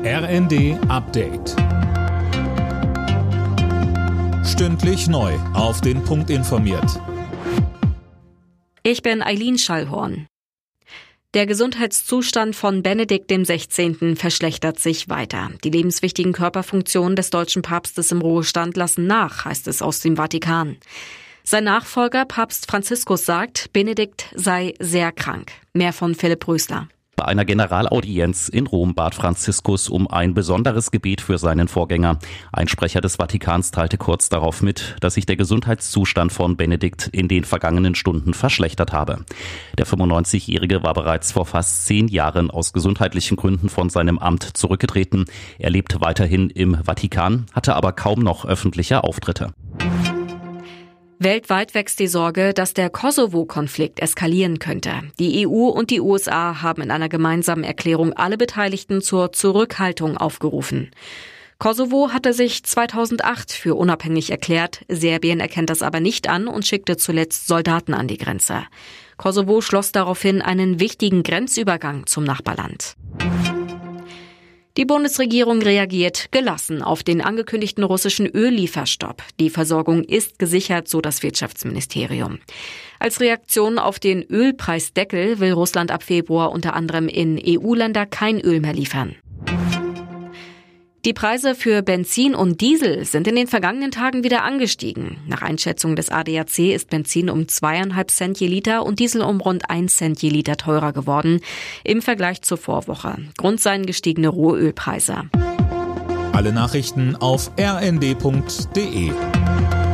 RND Update. Stündlich neu auf den Punkt informiert. Ich bin Eileen Schallhorn. Der Gesundheitszustand von Benedikt XVI. Verschlechtert sich weiter. Die lebenswichtigen Körperfunktionen des deutschen Papstes im Ruhestand lassen nach, heißt es aus dem Vatikan. Sein Nachfolger, Papst Franziskus, sagt, Benedikt sei sehr krank. Mehr von Philipp Rösler. Bei einer Generalaudienz in Rom bat Franziskus um ein besonderes Gebet für seinen Vorgänger. Ein Sprecher des Vatikans teilte kurz darauf mit, dass sich der Gesundheitszustand von Benedikt in den vergangenen Stunden verschlechtert habe. Der 95-Jährige war bereits vor fast 10 Jahren aus gesundheitlichen Gründen von seinem Amt zurückgetreten. Er lebt weiterhin im Vatikan, hatte aber kaum noch öffentliche Auftritte. Weltweit wächst die Sorge, dass der Kosovo-Konflikt eskalieren könnte. Die EU und die USA haben in einer gemeinsamen Erklärung alle Beteiligten zur Zurückhaltung aufgerufen. Kosovo hatte sich 2008 für unabhängig erklärt. Serbien erkennt das aber nicht an und schickte zuletzt Soldaten an die Grenze. Kosovo schloss daraufhin einen wichtigen Grenzübergang zum Nachbarland. Die Bundesregierung reagiert gelassen auf den angekündigten russischen Öllieferstopp. Die Versorgung ist gesichert, so das Wirtschaftsministerium. Als Reaktion auf den Ölpreisdeckel will Russland ab Februar unter anderem in EU-Länder kein Öl mehr liefern. Die Preise für Benzin und Diesel sind in den vergangenen Tagen wieder angestiegen. Nach Einschätzung des ADAC ist Benzin um 2,5 Cent je Liter und Diesel um rund 1 Cent je Liter teurer geworden im Vergleich zur Vorwoche. Grund seien gestiegene Rohölpreise. Alle Nachrichten auf rnd.de.